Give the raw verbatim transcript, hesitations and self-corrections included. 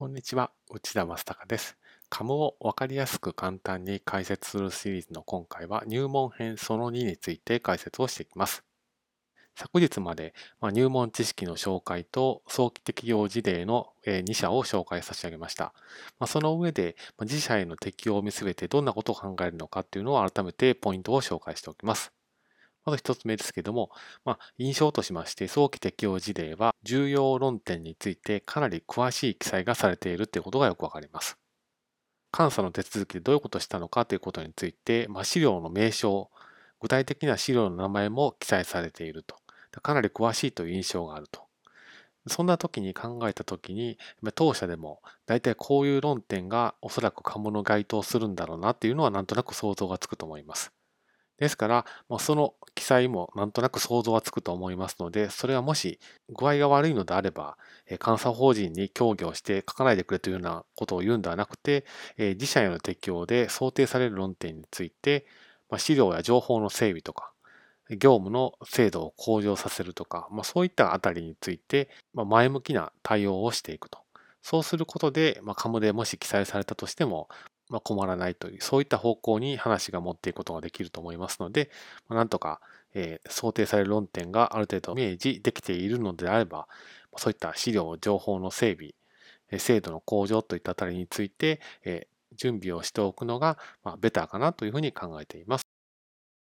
こんにちは、内田正孝です。カムをわかりやすく簡単に解説するシリーズの今回は入門編そのにについて解説をしていきます。昨日まで、まあ、入門知識の紹介と早期適用事例のに社を紹介差し上げました。まあ、その上で、まあ自社への適用を見据えてどんなことを考えるのかというのを改めてポイントを紹介しておきます。まず一つ目ですけども、まあ、印象としまして、早期適用事例は重要論点についてかなり詳しい記載がされているということがよくわかります。監査の手続きでどういうことをしたのかということについて、まあ、資料の名称、具体的な資料の名前も記載されていると。かなり詳しいという印象があると。そんな時に考えた時に、当社でも大体こういう論点がおそらく鴨の該当するんだろうなっていうのはなんとなく想像がつくと思います。ですから、もうその記載もなんとなく想像はつくと思いますので、それはもし具合が悪いのであれば、え監査法人に協議をして書かないでくれというようなことを言うんではなくて、え自社への適用で想定される論点について、まあ、資料や情報の整備とか、業務の精度を向上させるとか、まあ、そういったあたりについて、まあ、前向きな対応をしていくと。そうすることで、まあ、カムでもし記載されたとしても、まあ、困らないという、そういった方向に話が持っていくことができると思いますので、まあ、なんとか、えー想定される論点がある程度明示できているのであれば、そういった資料、情報の整備、えー精度の向上といったあたりについて、えー準備をしておくのが、まあ、ベターかなというふうに考えています。